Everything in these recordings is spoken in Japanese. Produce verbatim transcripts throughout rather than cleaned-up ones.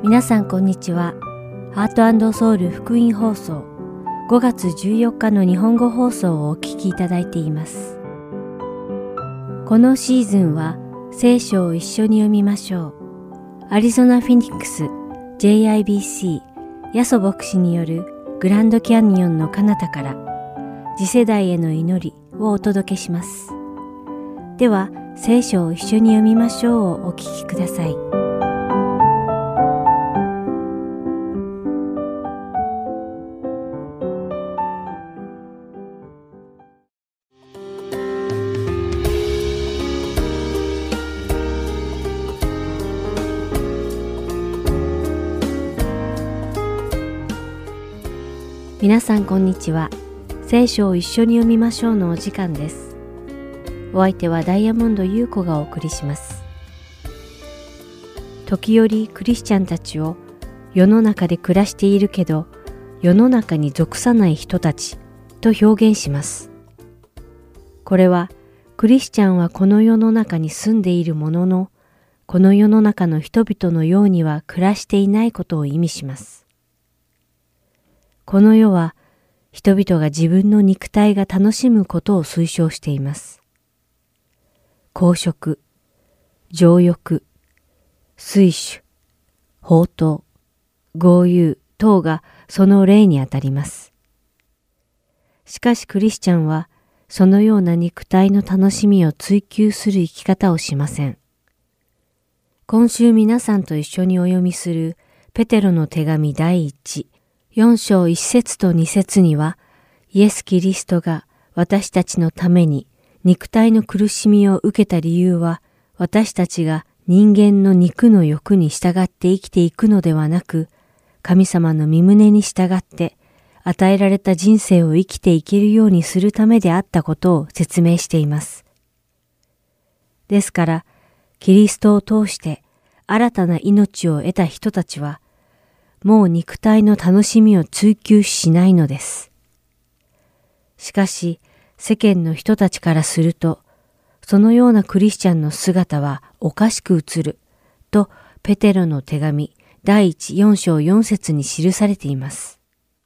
皆さんこんにちは。ハート&ソウル福音放送ごがつじゅうよっかの日本語放送をお聞きいただいています。このシーズンは聖書を一緒に読みましょう。アリゾナ・フィニックス ジェイアイビーシー ヤソ牧師によるグランドキャニオンの彼方から次世代への祈りをお届けします。では聖書を一緒に読みましょうをお聞きください。皆さんこんにちは。聖書を一緒に読みましょうのお時間です。お相手はダイヤモンド優子がお送りします。時折クリスチャンたちを世の中で暮らしているけど世の中に属さない人たちと表現します。これはクリスチャンはこの世の中に住んでいるものの、この世の中の人々のようには暮らしていないことを意味します。この世は人々が自分の肉体が楽しむことを推奨しています。好食、情欲、水酒、放蕩、豪遊等がその例にあたります。しかしクリスチャンはそのような肉体の楽しみを追求する生き方をしません。今週皆さんと一緒にお読みするペテロの手紙第一よん章いち節とに節には、イエス・キリストが私たちのために肉体の苦しみを受けた理由は、私たちが人間の肉の欲に従って生きていくのではなく、神様の御胸に従って与えられた人生を生きていけるようにするためであったことを説明しています。ですから、キリストを通して新たな命を得た人たちは、もう肉体の楽しみを追求しないのです。しかし、世間の人たちからすると、そのようなクリスチャンの姿はおかしく映る、とペテロの手紙第一よん章よん節に記されています。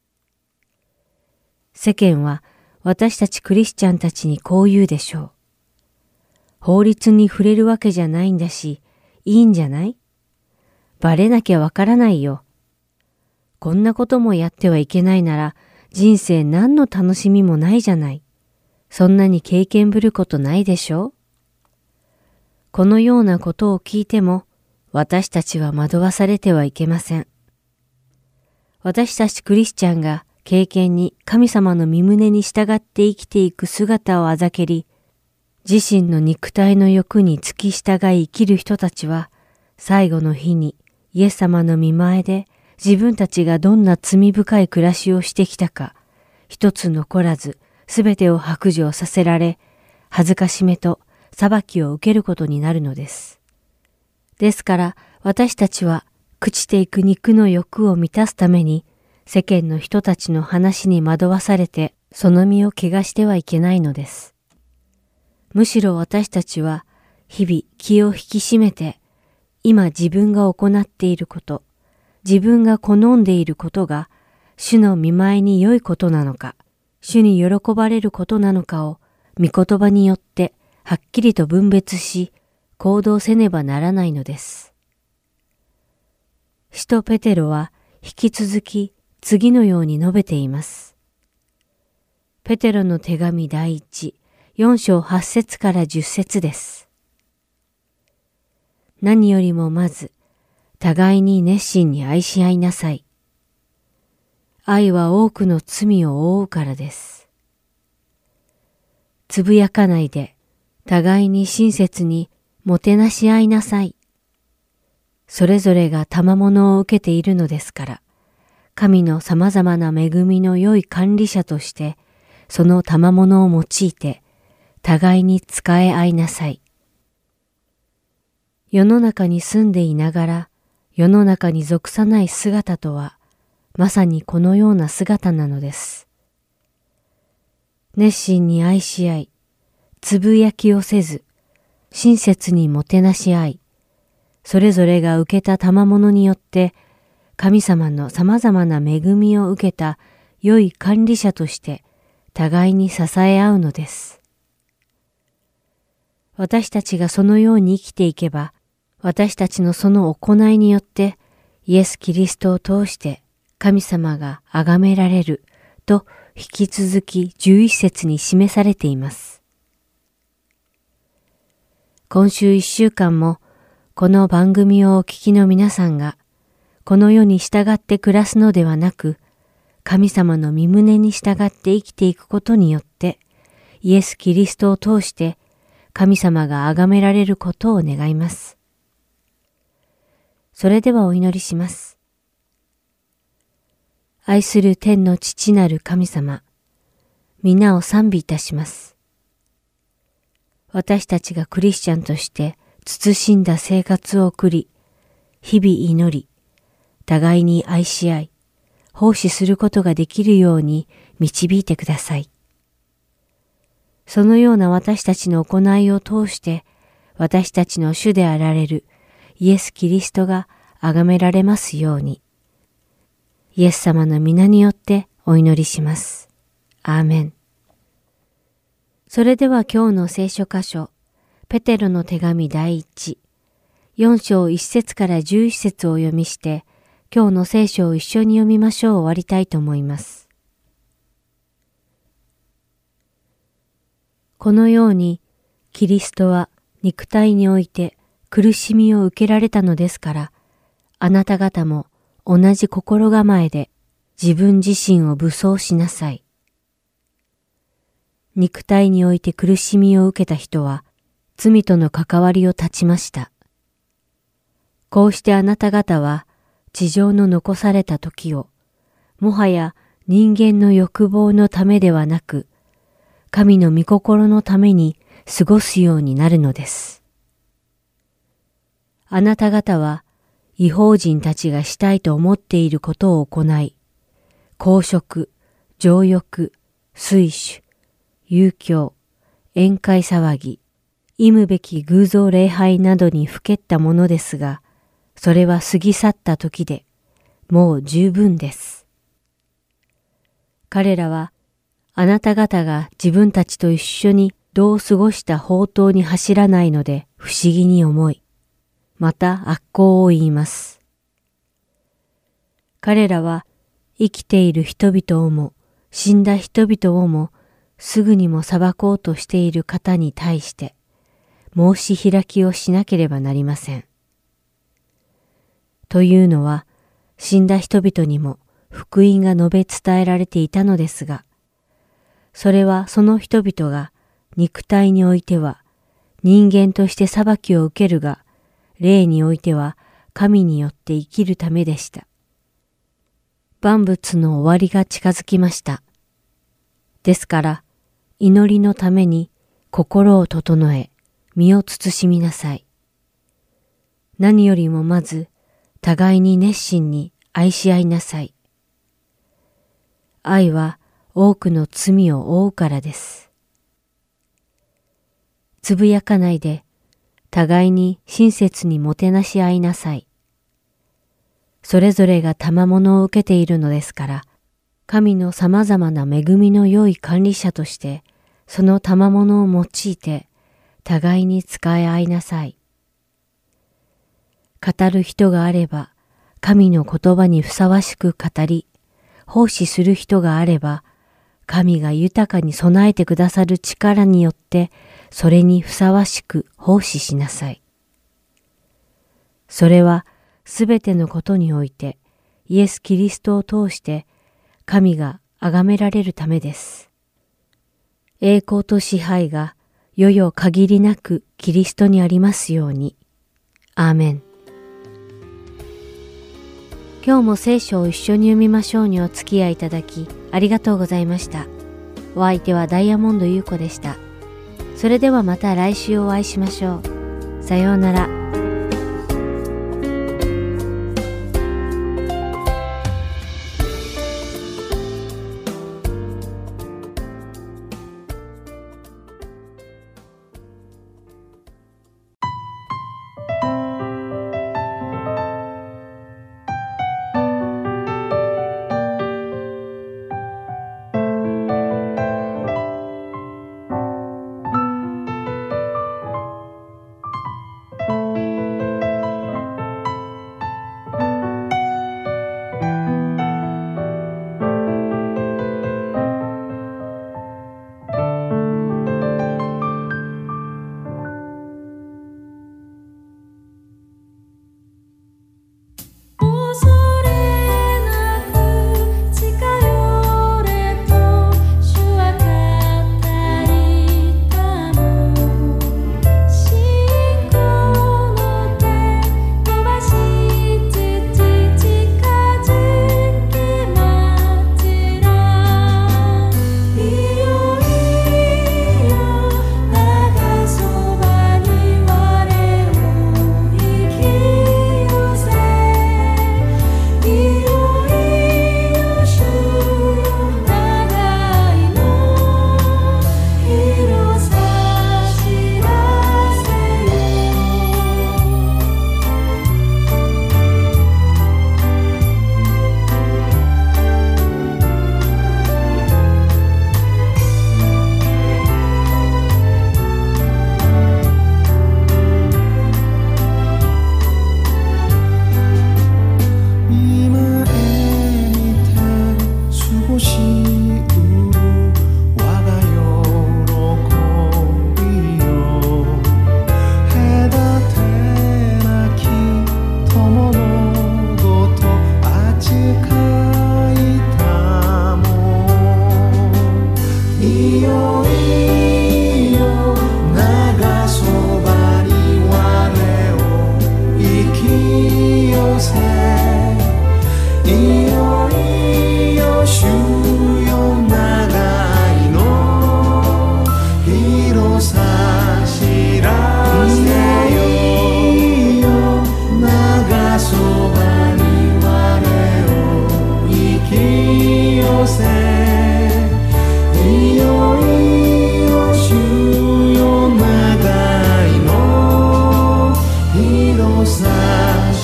世間は私たちクリスチャンたちにこう言うでしょう。法律に触れるわけじゃないんだし、いいんじゃない？バレなきゃわからないよ。こんなこともやってはいけないなら人生何の楽しみもないじゃない。そんなに経験ぶることないでしょ？このようなことを聞いても私たちは惑わされてはいけません。私たちクリスチャンが経験に神様の御胸に従って生きていく姿をあざけり、自身の肉体の欲に付き従い生きる人たちは最後の日にイエス様の御前で自分たちがどんな罪深い暮らしをしてきたか、一つ残らずすべてを白状させられ、恥ずかしめと裁きを受けることになるのです。ですから私たちは朽ちていく肉の欲を満たすために、世間の人たちの話に惑わされてその身を汚してはいけないのです。むしろ私たちは日々気を引き締めて、今自分が行っていること、自分が好んでいることが主の御前に良いことなのか、主に喜ばれることなのかを御言葉によってはっきりと分別し行動せねばならないのです。使徒ペテロは引き続き次のように述べています。ペテロの手紙第一よん章はち節からじゅっ節です。何よりもまず互いに熱心に愛し合いなさい。愛は多くの罪を覆うからです。つぶやかないで、互いに親切にもてなし合いなさい。それぞれが賜物を受けているのですから、神の様々な恵みの良い管理者として、その賜物を用いて、互いに仕え合いなさい。世の中に住んでいながら、世の中に属さない姿とは、まさにこのような姿なのです。熱心に愛し合い、つぶやきをせず、親切にもてなし合い、それぞれが受けた賜物によって神様の様々な恵みを受けた良い管理者として互いに支え合うのです。私たちがそのように生きていけば、私たちのその行いによってイエス・キリストを通して神様が崇められると引き続きじゅういち節に示されています。今週一週間もこの番組をお聞きの皆さんがこの世に従って暮らすのではなく、神様の御胸に従って生きていくことによってイエス・キリストを通して神様が崇められることを願います。それではお祈りします。愛する天の父なる神様、皆を賛美いたします。私たちがクリスチャンとして慎んだ生活を送り、日々祈り、互いに愛し合い、奉仕することができるように導いてください。そのような私たちの行いを通して、私たちの主であられるイエス・キリストが崇められますように、イエス様の皆によってお祈りします。アーメン。それでは今日の聖書箇所、ペテロの手紙第一、よん章いち節からじゅういち節をお読みして、今日の聖書を一緒に読みましょう。終わりたいと思います。このように、キリストは肉体において苦しみを受けられたのですから、あなた方も同じ心構えで自分自身を武装しなさい。肉体において苦しみを受けた人は罪との関わりを断ちました。こうしてあなた方は地上の残された時をもはや人間の欲望のためではなく、神の御心のために過ごすようになるのです。あなた方は異邦人たちがしたいと思っていることを行い、好食、情欲、酔酒、遊興、宴会騒ぎ、忌むべき偶像礼拝などにふけったものですが、それは過ぎ去った時で、もう十分です。彼らは、あなた方が自分たちと一緒にどう過ごした宝刀に走らないので不思議に思い、また悪行を言います。彼らは、生きている人々をも、死んだ人々をも、すぐにも裁こうとしている方に対して、申し開きをしなければなりません。というのは、死んだ人々にも福音が述べ伝えられていたのですが、それはその人々が肉体においては人間として裁きを受けるが、霊においては神によって生きるためでした。万物の終わりが近づきました。ですから、祈りのために心を整え、身を慎みなさい。何よりもまず、互いに熱心に愛し合いなさい。愛は多くの罪を負うからです。つぶやかないで、互いに親切にもてなし合いなさい。それぞれが賜物を受けているのですから、神の様々な恵みの良い管理者として、その賜物を用いて、互いに使い合いなさい。語る人があれば、神の言葉にふさわしく語り、奉仕する人があれば、神が豊かに備えてくださる力によって、それにふさわしく奉仕しなさい。それは、すべてのことにおいて、イエス・キリストを通して、神が崇められるためです。栄光と支配が、世々限りなくキリストにありますように。アーメン。今日も聖書を一緒に読みましょうにお付き合いいただきありがとうございました。お相手はダイヤモンド優子でした。それではまた来週お会いしましょう。さようなら。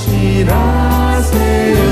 知らせよ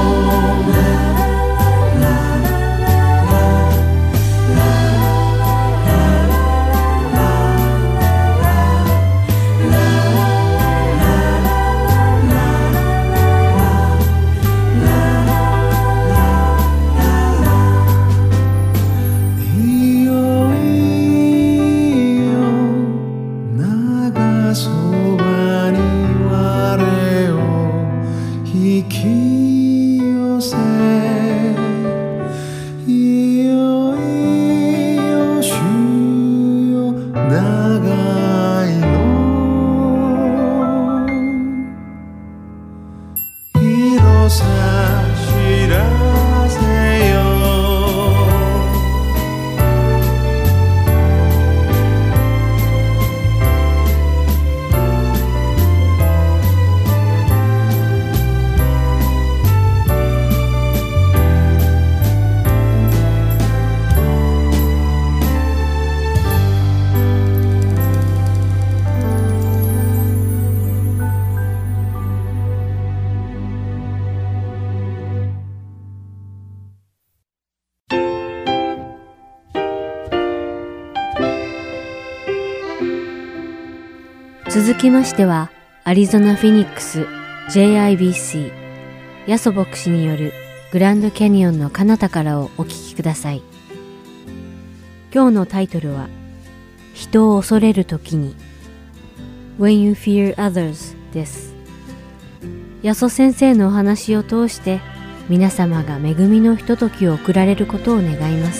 続きましては、アリゾナ・フィニックス ジェイアイビーシー ヤソ牧師によるグランドキャニオンの彼方からをお聞きください。今日のタイトルは、人を恐れるときに When You Fear Others です。ヤソ先生のお話を通して、皆様が恵みのひとときを送られることを願います。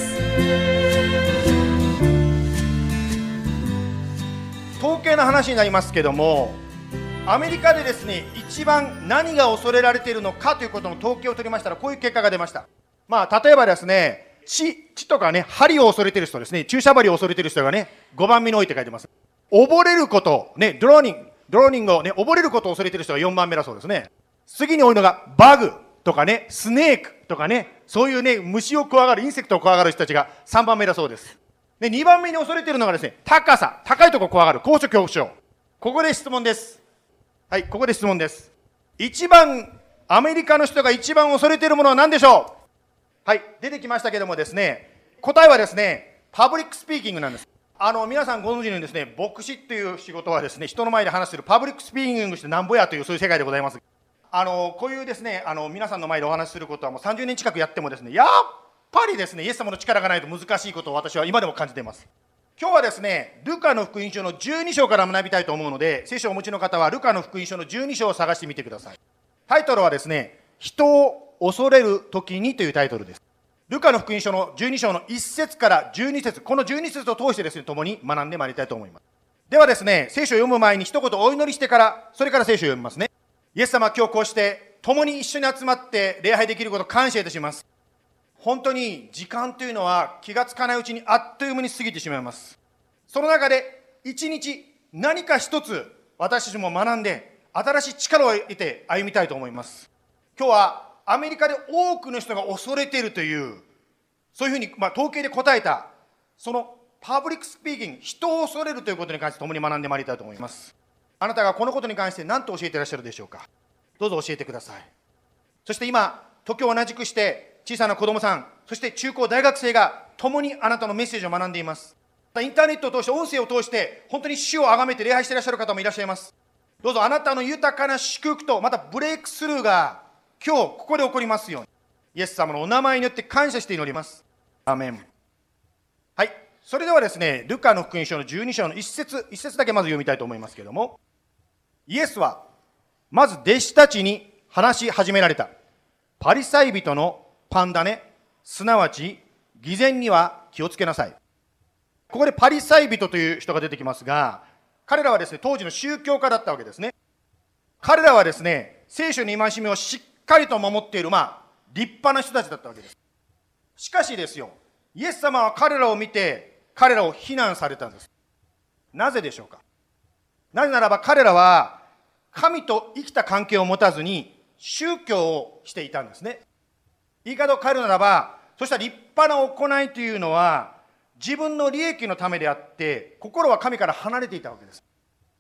統計の話になりますけども、アメリカでですね、一番何が恐れられているのかということの統計を取りましたら、こういう結果が出ました。まあ、例えばですね、血、血とかね、針を恐れている人ですね、注射針を恐れている人がね、ごばんめに多いって書いてます。溺れること、ね、ドローニング、ドローニングをね、溺れることを恐れている人がよんばんめだそうですね。次に多いのが、バグとかね、スネークとかね、そういうね、虫を怖がる、インセクトを怖がる人たちがさんばんめだそうです。で、にばんめに恐れているのがですね、高さ、高いところを怖がる、高所恐怖症。ここで質問です。はい、ここで質問です。一番、アメリカの人が一番恐れているものは何でしょう？はい、出てきましたけどもですね、答えはですね、パブリックスピーキングなんです。あの、皆さんご存知のようにですね、牧師という仕事はですね、人の前で話しているパブリックスピーキングしてなんぼやというそういう世界でございます。あの、こういうですね、あの、皆さんの前でお話しすることはもうさんじゅうねん近くやってもですね、やっやっぱりですね、イエス様の力がないと難しいことを私は今でも感じています。今日はですね、ルカの福音書のじゅうに章から学びたいと思うので、聖書をお持ちの方はルカの福音書のじゅうに章を探してみてください。タイトルはですね、人を恐れるときにというタイトルです。ルカの福音書のじゅうに章のいっ節からじゅうに節、このじゅうに節を通してですね、共に学んでまいりたいと思います。ではですね、聖書を読む前に一言お祈りしてから、それから聖書を読みますね。イエス様は今日こうして共に一緒に集まって礼拝できることを感謝いたします。本当に時間というのは気がつかないうちにあっという間に過ぎてしまいます。その中で一日何か一つ私たちも学んで新しい力を得て歩みたいと思います。今日はアメリカで多くの人が恐れているというそういうふうに、まあ、統計で答えたそのパブリックスピーキング、人を恐れるということに関して共に学んでまいりたいと思います。あなたがこのことに関して何と教えていらっしゃるでしょうか。どうぞ教えてください。そして今時を同じくして小さな子供さん、そして中高大学生が共にあなたのメッセージを学んでいます。インターネットを通して、音声を通して、本当に主を崇めて礼拝していらっしゃる方もいらっしゃいます。どうぞあなたの豊かな祝福と、またブレイクスルーが今日ここで起こりますように、イエス様のお名前によって感謝して祈ります。アーメン。はい、それではですね、ルカの福音書のじゅうに章の一節、一節だけまず読みたいと思いますけれども、イエスはまず弟子たちに話し始められた。パリサイ人のパンダネ、すなわち偽善には気をつけなさい。ここでパリサイ人という人が出てきますが、彼らはですね、当時の宗教家だったわけですね。彼らはですね、聖書の戒めをしっかりと守っている、まあ、立派な人たちだったわけです。しかしですよ、イエス様は彼らを見て、彼らを非難されたんです。なぜでしょうか。なぜならば彼らは、神と生きた関係を持たずに、宗教をしていたんですね。言い方を変えるならば、そしたら立派な行いというのは、自分の利益のためであって、心は神から離れていたわけです。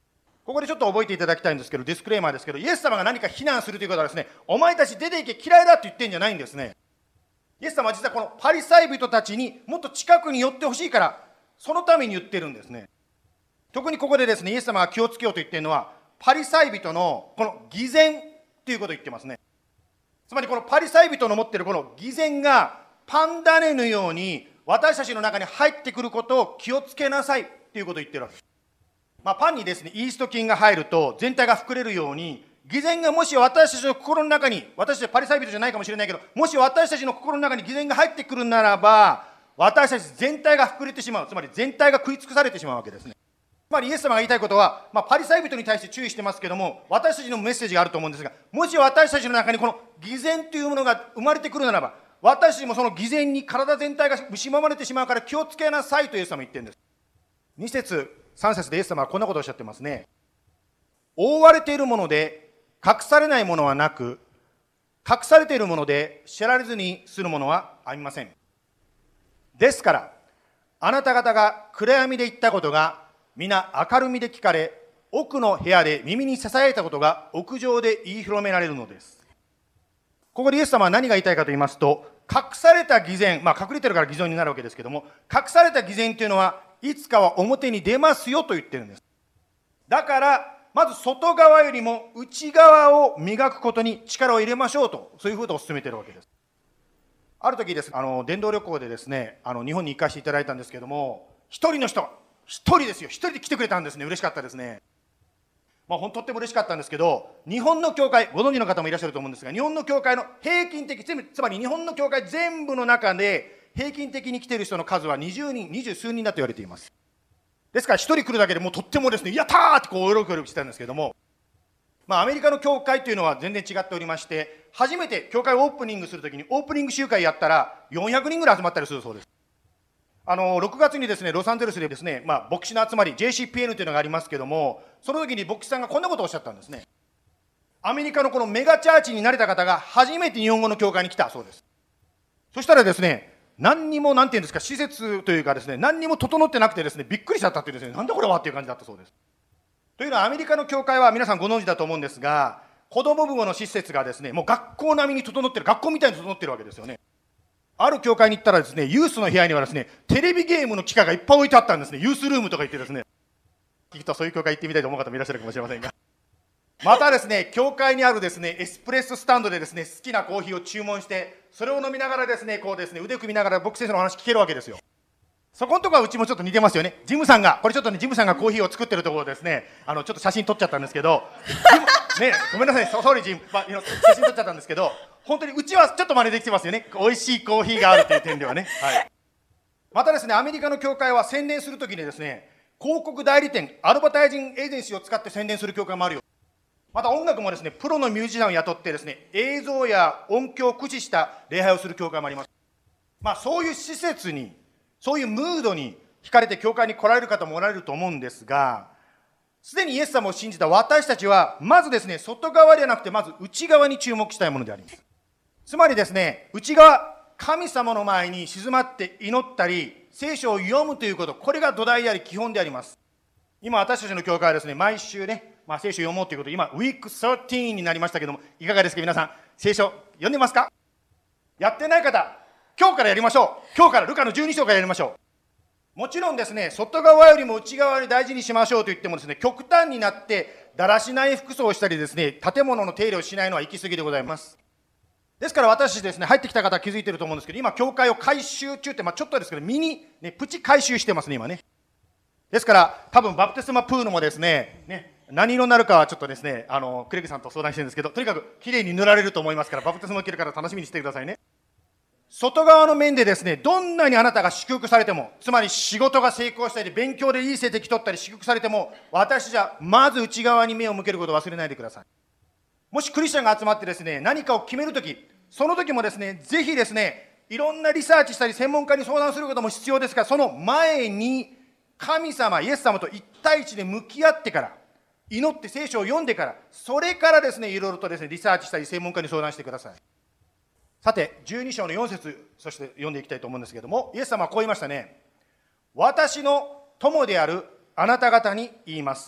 ここでちょっと覚えていただきたいんですけど、ディスクレーマーですけど、イエス様が何か非難するということはですね、お前たち出ていけ、嫌いだって言ってんじゃないんですね。イエス様は実はこのパリサイ人たちにもっと近くに寄ってほしいから、そのために言ってるんですね。特にここでですね、イエス様が気をつけようと言っているのは、パリサイ人のこの偽善ということを言ってますね。つまりこのパリサイ人の持っているこの偽善がパン種のように私たちの中に入ってくることを気をつけなさいということを言ってるわけです。まあ、パンにですね、イースト菌が入ると全体が膨れるように、偽善がもし私たちの心の中に、私たちパリサイ人じゃないかもしれないけど、もし私たちの心の中に偽善が入ってくるならば、私たち全体が膨れてしまう。つまり全体が食い尽くされてしまうわけですね。つまりイエス様が言いたいことは、まあ、パリサイ人に対して注意してますけども、私たちのメッセージがあると思うんですが、もし私たちの中にこの偽善というものが生まれてくるならば、私たちもその偽善に体全体が蝕まれてしまうから気をつけなさいとイエス様は言ってるんです。に節さん節でイエス様はこんなことをおっしゃってますね。覆われているもので隠されないものはなく、隠されているもので知られずにするものはありません。ですから、あなた方が暗闇で言ったことが皆明るみで聞かれ、奥の部屋で耳にささやいたことが屋上で言い広められるのです。ここでイエス様は何が言いたいかと言いますと、隠された偽善、まあ隠れてるから偽善になるわけですけども、隠された偽善というのはいつかは表に出ますよと言ってるんです。だからまず外側よりも内側を磨くことに力を入れましょうと、そういうふうに進めているわけです。ある時です、あの伝道旅行でですね、あの日本に行かせていただいたんですけども、一人の人、一人ですよ、一人で来てくれたんですね。嬉しかったですね。まあ、ほんとっても嬉しかったんですけど、日本の教会、ご存知の方もいらっしゃると思うんですが、日本の教会の平均的、つまり日本の教会全部の中で平均的に来ている人の数はにじゅうにん、二十数人だと言われています。ですから一人来るだけでもうとってもですね、やったーってこう喜びしてたんですけども、まあ、アメリカの教会というのは全然違っておりまして、初めて教会をオープニングするときにオープニング集会やったらよんひゃくにんぐらい集まったりするそうです。あのろくがつにですね、ロサンゼルスでですね、まあ、牧師の集まり ジェーシーピーエヌ というのがありますけども、その時に牧師さんがこんなことをおっしゃったんですね。アメリカのこのメガチャーチになれた方が初めて日本語の教会に来たそうです。そしたらですね、何にもなんていうんですか、施設というかですね、何にも整ってなくてですね、びっくりしちゃったっていうんですね。なんだこれはっていう感じだったそうです。というのはアメリカの教会は皆さんご存知だと思うんですが、子供部門の施設がですね、もう学校並みに整ってる、学校みたいに整ってるわけですよね。ある教会に行ったらですね、ユースの部屋にはですね、テレビゲームの機械がいっぱい置いてあったんですね。ユースルームとか言ってですね、聞くとそういう教会行ってみたいと思う方もいらっしゃるかもしれませんが、またですね、教会にあるですね、エスプレッソスタンドでですね、好きなコーヒーを注文して、それを飲みながらですね、こうですね、腕組みながら牧師先生のお話聞けるわけですよ。そこのところはうちもちょっと似てますよね。ジムさんが、これちょっとね、ジムさんがコーヒーを作ってるところですね、あのちょっと写真撮っちゃったんですけど、ね、ごめんなさい、ソーリージム、まあ、写真撮っちゃったんですけど、本当にうちはちょっと真似できてますよね。美味しいコーヒーがあるという点ではね。はい。またですね、アメリカの教会は宣伝するときにですね、広告代理店、アドバタイジングエージェンシーを使って宣伝する教会もあるよ。また音楽もですね、プロのミュージシャンを雇ってですね、映像や音響を駆使した礼拝をする教会もあります。まあそういう施設に、そういうムードに惹かれて教会に来られる方もおられると思うんですが、すでにイエス様を信じた私たちは、まずですね、外側ではなくて、まず内側に注目したいものであります。つまりですね、内側、神様の前に静まって祈ったり、聖書を読むということ、これが土台であり、基本であります。今、私たちの教会はですね、毎週ね、まあ、聖書を読もうということで、今、ウィークじゅうさんになりましたけども、いかがですか、皆さん、聖書読んでますか？やってない方、今日からやりましょう。今日からルカのじゅうに章からやりましょう。もちろんですね、外側よりも内側に大事にしましょうと言ってもですね、極端になって、だらしない服装をしたりですね、建物の手入れをしないのは行き過ぎでございます。ですから私ですね、入ってきた方は気づいていると思うんですけど、今、教会を改修中って、まあ、ちょっとですけど、ミニ、ね、プチ改修してますね、今ね。ですから、多分バプテスマプールもですね、ね、何色になるかはちょっとですね、あのクレグさんと相談してるんですけど、とにかくきれいに塗られると思いますから、バプテスマを受けるから楽しみにしてくださいね。外側の面でですね、どんなにあなたが祝福されても、つまり仕事が成功したり、勉強でいい成績取ったり、祝福されても、私じゃまず内側に目を向けることを忘れないでください。もしクリスチャンが集まってですね、何かを決めるとき、その時もですね、ぜひですね、いろんなリサーチしたり、専門家に相談することも必要ですが、その前に、神様、イエス様と一対一で向き合ってから、祈って聖書を読んでから、それからですね、いろいろとですね、リサーチしたり、専門家に相談してください。さて、じゅうに章のよん節、そして読んでいきたいと思うんですけれども、イエス様はこう言いましたね。私の友であるあなた方に言います。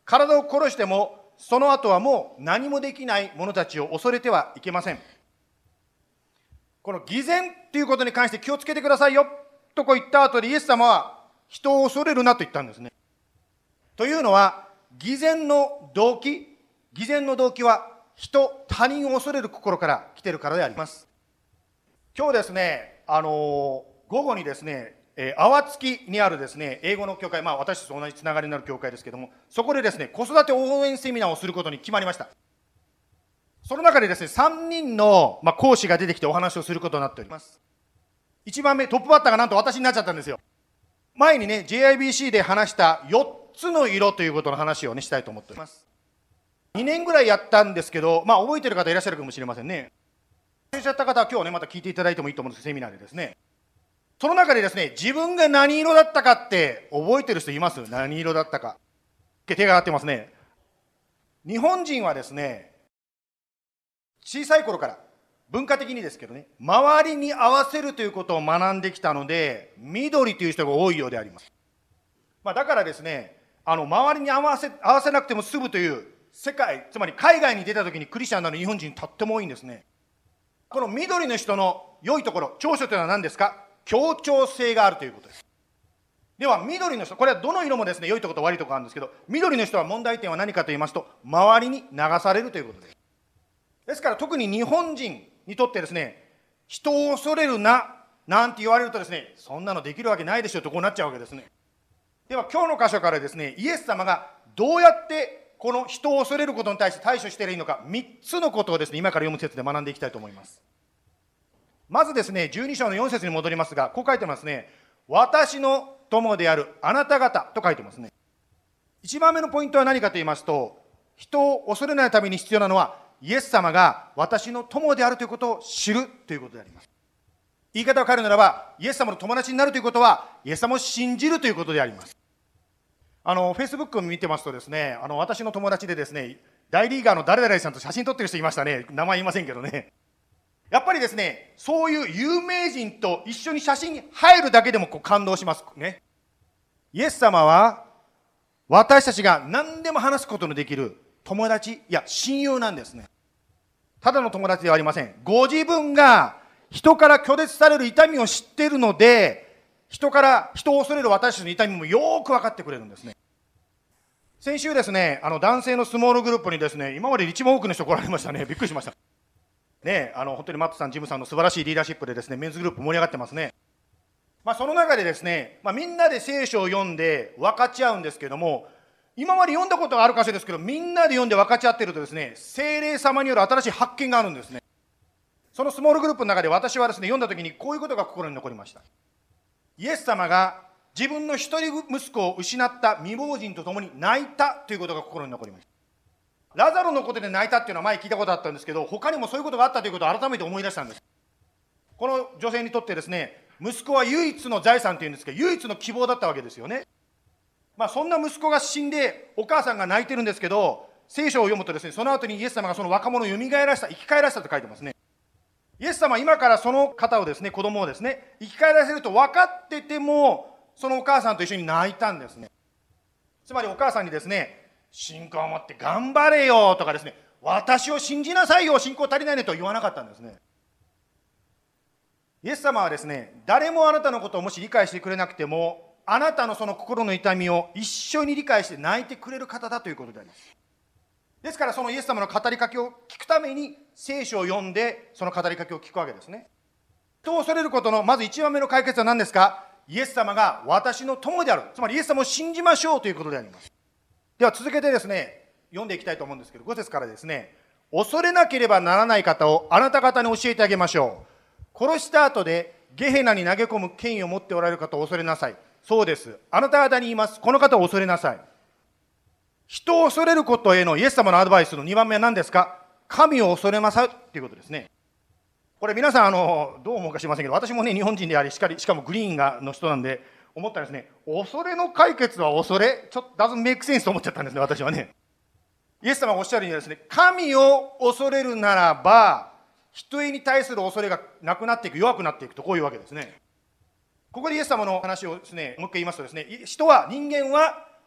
体を殺しても、その後はもう何もできない者たちを恐れてはいけません。この偽善ということに関して気をつけてくださいよとこう言った後で、イエス様は人を恐れるなと言ったんですね。というのは、偽善の動機、偽善の動機は人、他人を恐れる心から来ているからであります。今日ですね、あのー、午後にですね、えー、淡月にあるですね、英語の教会、まあ私たちと同じつながりになる教会ですけども、そこでですね、子育て応援セミナーをすることに決まりました。その中でですね、さんにんの、まあ、講師が出てきてお話をすることになっております。いちばんめ、トップバッターがなんと私になっちゃったんですよ。前にね、ジェイアイビーシー で話したよっつの色ということの話をね、したいと思っております。にねんぐらいやったんですけど、まあ覚えてる方いらっしゃるかもしれませんね。忘れちゃった方は今日ね、また聞いていただいてもいいと思うんです、セミナーでですね。その中でですね、自分が何色だったかって覚えてる人います？何色だったか。手が上がってますね。日本人はですね、小さい頃から文化的にですけどね、周りに合わせるということを学んできたので、緑という人が多いようであります。まあ、だからですね、あの周りに合わせ合わせなくても済むという世界、つまり海外に出たときにクリスチャンなる日本人とっても多いんですね。この緑の人の良いところ、長所というのは何ですか？協調性があるということです。では緑の人、これはどの色もですね、良いところと悪いところがあるんですけど、緑の人は問題点は何かと言いますと、周りに流されるということです。ですから特に日本人にとってですね、人を恐れるななんて言われるとですね、そんなのできるわけないでしょとこうなっちゃうわけですね。では今日の箇所からですね、イエス様がどうやってこの人を恐れることに対して対処しているのか、みっつのことをですね、今から読む節で学んでいきたいと思います。まずですね、じゅうに章のよん節に戻りますが、こう書いてますね。私の友であるあなた方と書いてますね。いちばんめのポイントは何かと言いますと、人を恐れないために必要なのは、イエス様が私の友であるということを知るということであります。言い方を変えるならば、イエス様の友達になるということは、イエス様を信じるということであります。あの、Facebook を見てますとですね、あの、私の友達でですね、大リーガーの誰々さんと写真撮ってる人いましたね。名前言いませんけどね。やっぱりですね、そういう有名人と一緒に写真に入るだけでもこう感動しますね。イエス様は、私たちが何でも話すことのできる友達、いや、親友なんですね。ただの友達ではありません。ご自分が人から拒絶される痛みを知っているので、人から人を恐れる私たちの痛みもよーく分かってくれるんですね。先週ですね、あの男性のスモールグループにですね、今までで一番多くの人来られましたね。びっくりしました。ね、あの本当にマップさん、ジムさんの素晴らしいリーダーシップでですね、メンズグループ盛り上がってますね。まあ、その中でですね、まあ、みんなで聖書を読んで分かち合うんですけども、今まで読んだことがある箇所ですけど、みんなで読んで分かち合っているとですね、聖霊様による新しい発見があるんですね。そのスモールグループの中で私はですね、読んだ時にこういうことが心に残りました。イエス様が自分の一人息子を失った未亡人と共に泣いたということが心に残りました。ラザロのことで泣いたっていうのは前聞いたことあったんですけど、他にもそういうことがあったということを改めて思い出したんです。この女性にとってですね、息子は唯一の財産というんですけど、唯一の希望だったわけですよね。まあ、そんな息子が死んでお母さんが泣いてるんですけど、聖書を読むとですね、その後にイエス様がその若者を蘇らせた、生き返らせたと書いてますね。イエス様は今からその方をですね、子供をですね、生き返らせると分かってても、そのお母さんと一緒に泣いたんですね。つまりお母さんにですね、信仰を持って頑張れよとかですね、私を信じなさいよ、信仰足りないねと言わなかったんですね。イエス様はですね、誰もあなたのことをもし理解してくれなくても、あなたのその心の痛みを一緒に理解して泣いてくれる方だということであります。ですからそのイエス様の語りかけを聞くために聖書を読んでその語りかけを聞くわけですね。人を恐れることのまず一番目の解決は何ですか？イエス様が私の友である。つまりイエス様を信じましょうということであります。では続けてですね、読んでいきたいと思うんですけど、ご節からですね、恐れなければならない方をあなた方に教えてあげましょう。殺した後でゲヘナに投げ込む権威を持っておられる方を恐れなさい。そうです。あなた方に言います。この方を恐れなさい。人を恐れることへのイエス様のアドバイスのにばんめは何ですか？神を恐れなさいということですね。これ皆さんあのどう思うか知りませんけど、私もね日本人でありしかり、しかもグリーンがの人なんで思ったんですね。恐れの解決は恐れちょっと doesn't make sense と思っちゃったんですね、私はね。イエス様がおっしゃるようにですね、神を恐れるならば人に対する恐れがなくなっていく、弱くなっていくと、こういうわけですね。ここでイエス様の話をですね、もう一回言いますとですね、人は、人間は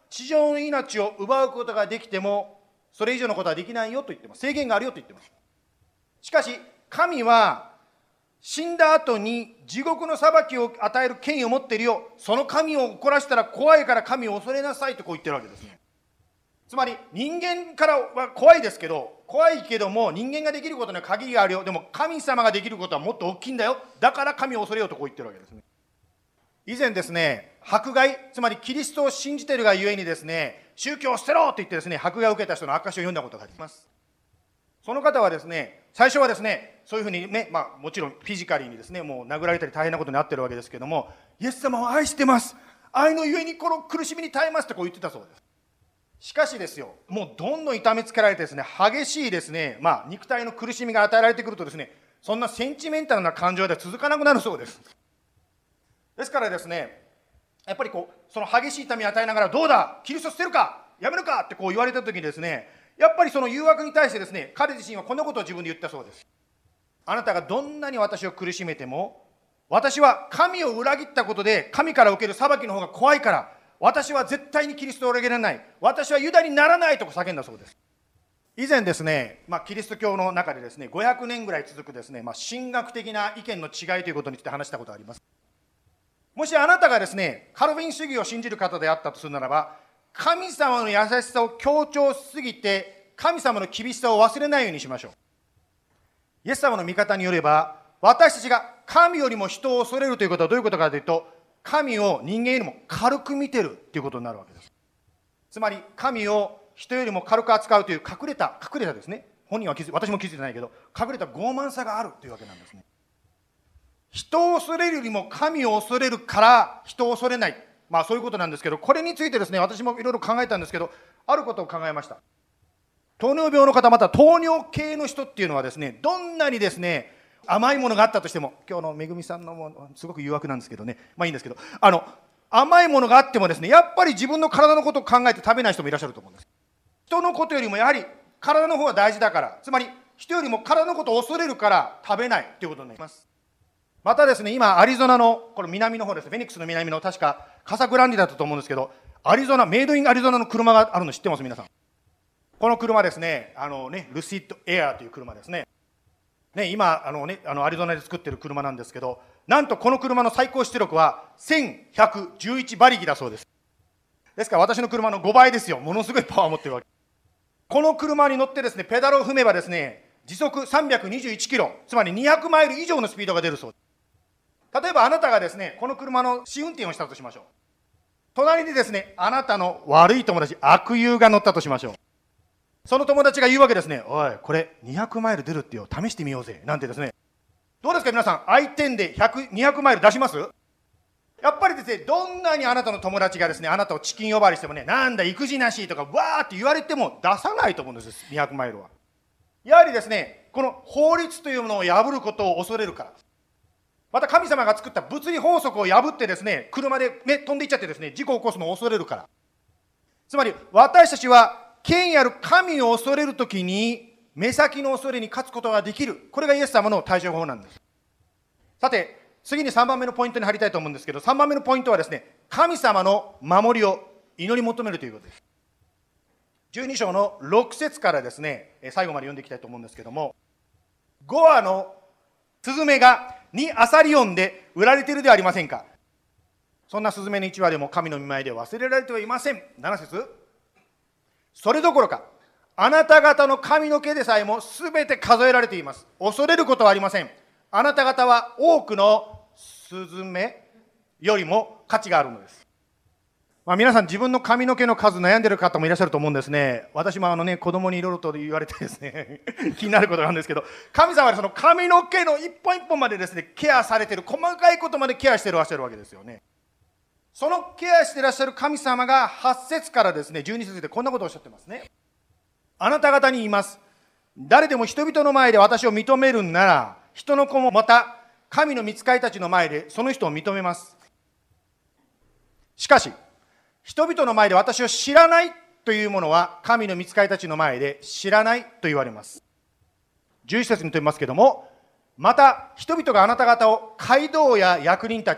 地上の命を奪うことができても、それ以上のことはできないよと言ってます。制限があるよと言ってます。しかし、神は死んだ後に地獄の裁きを与える権威を持っているよ。その神を怒らせたら怖いから神を恐れなさいとこう言ってるわけですね。つまり人間からは怖いですけど、怖いけども人間ができることには限りがあるよ。でも神様ができることはもっと大きいんだよ。だから神を恐れようとこう言ってるわけですね。以前ですね、迫害、つまりキリストを信じているがゆえにですね、宗教を捨てろと言ってですね、迫害を受けた人の証を読んだことがあります。その方はですね、最初はですね、そういうふうにね、まあもちろんフィジカリーにですね、もう殴られたり大変なことになってるわけですけども、イエス様を愛してます。愛のゆえにこの苦しみに耐えますってこう言ってたそうです。しかしですよ、もうどんどん痛めつけられてですね、激しいですね、まあ肉体の苦しみが与えられてくるとですね、そんなセンチメンタルな感情では続かなくなるそうです。ですからですね、やっぱりこうその激しい痛みを与えながら、どうだキリスト捨てるかやめるかってこう言われた時にですね、やっぱりその誘惑に対してですね、彼自身はこんなことを自分で言ったそうです。あなたがどんなに私を苦しめても、私は神を裏切ったことで神から受ける裁きの方が怖いから、私は絶対にキリストを裏切らない、私はユダにならないと叫んだそうです。以前ですね、まあ、キリスト教の中でですね、ごひゃくねんぐらい続くですね、まあ、神学的な意見の違いということについて話したことがあります。もしあなたがですね、カルヴィン主義を信じる方であったとするならば、神様の優しさを強調しすぎて、神様の厳しさを忘れないようにしましょう。イエス様の見方によれば、私たちが神よりも人を恐れるということはどういうことかというと、神を人間よりも軽く見てるということになるわけです。つまり神を人よりも軽く扱うという隠れた隠れたですね、本人は気づ私も気づいてないけど、隠れた傲慢さがあるというわけなんですね。人を恐れるよりも神を恐れるから人を恐れない、まあそういうことなんですけど、これについてですね、私もいろいろ考えたんですけど、あることを考えました。糖尿病の方、また糖尿系の人っていうのはですね、どんなにですね甘いものがあったとしても、今日のめぐみさんのもすごく誘惑なんですけどね、まあいいんですけど、あの甘いものがあってもですね、やっぱり自分の体のことを考えて食べない人もいらっしゃると思うんです。人のことよりもやはり体の方が大事だから、つまり人よりも体のことを恐れるから食べないということになります。またですね、今アリゾナのこの南の方です、フェニックスの南の確かカサグランディだったと思うんですけど、アリゾナメイドインアリゾナの車があるの知ってます皆さん。この車ですね、あのねルシッドエアーという車ですね。ね、今あの、ね、あのアリゾナで作ってる車なんですけど、なんとこの車の最高出力はせんひゃくじゅういち馬力だそうです。ですから私の車のごばいですよ。ものすごいパワーを持ってるわけ。この車に乗ってですね、ペダルを踏めばですね、時速さんびゃくにじゅういちキロ、つまりにひゃくマイル以上のスピードが出るそうです。例えばあなたがですね、この車の試運転をしたとしましょう。隣にですね、あなたの悪い友達、悪友が乗ったとしましょう。その友達が言うわけですね、おい、これにひゃくマイル出るってよ、試してみようぜ、なんてですね。どうですか皆さん、相手でひゃく、にひゃくマイル出します？やっぱりですね、どんなにあなたの友達がですね、あなたをチキン呼ばわりしてもね、なんだ育児なしとかわーって言われても出さないと思うんです、にひゃくマイルは。やはりですね、この法律というものを破ることを恐れるから。また神様が作った物理法則を破ってですね、車で、ね、飛んでいっちゃってですね、事故を起こすのを恐れるから。つまり私たちは権威ある神を恐れるときに目先の恐れに勝つことができる。これがイエス様の対処法なんです。さて次にさんばんめのポイントに入りたいと思うんですけど、さんばんめのポイントはですね、神様の守りを祈り求めるということです。じゅうに章のろく節からですね、最後まで読んでいきたいと思うんですけども、ご羽のスズメがにアサリオンで売られているではありませんか。そんなスズメのいち羽でも神の御前で忘れられてはいません。なな節、それどころかあなた方の髪の毛でさえもすべて数えられています。恐れることはありません。あなた方は多くのスズメよりも価値があるのです。まあ、皆さん自分の髪の毛の数悩んでいる方もいらっしゃると思うんですね。私もあのね、子供にいろいろと言われてですね気になることがあるんですけど、神様はその髪の毛の一本一本までですねケアされている、細かいことまでケアしていらっしゃるわけですよね。そのケアしていらっしゃる神様がはち節からですねじゅうに節でこんなことをおっしゃってますね。あなた方に言います。誰でも人々の前で私を認めるんなら、人の子もまた神の御使いたちの前でその人を認めます。しかし人々の前で私を知らないというものは神の御使いたちの前で知らないと言われます。じゅういち節にとりますけれども、また人々があなた方を街道や役人たち、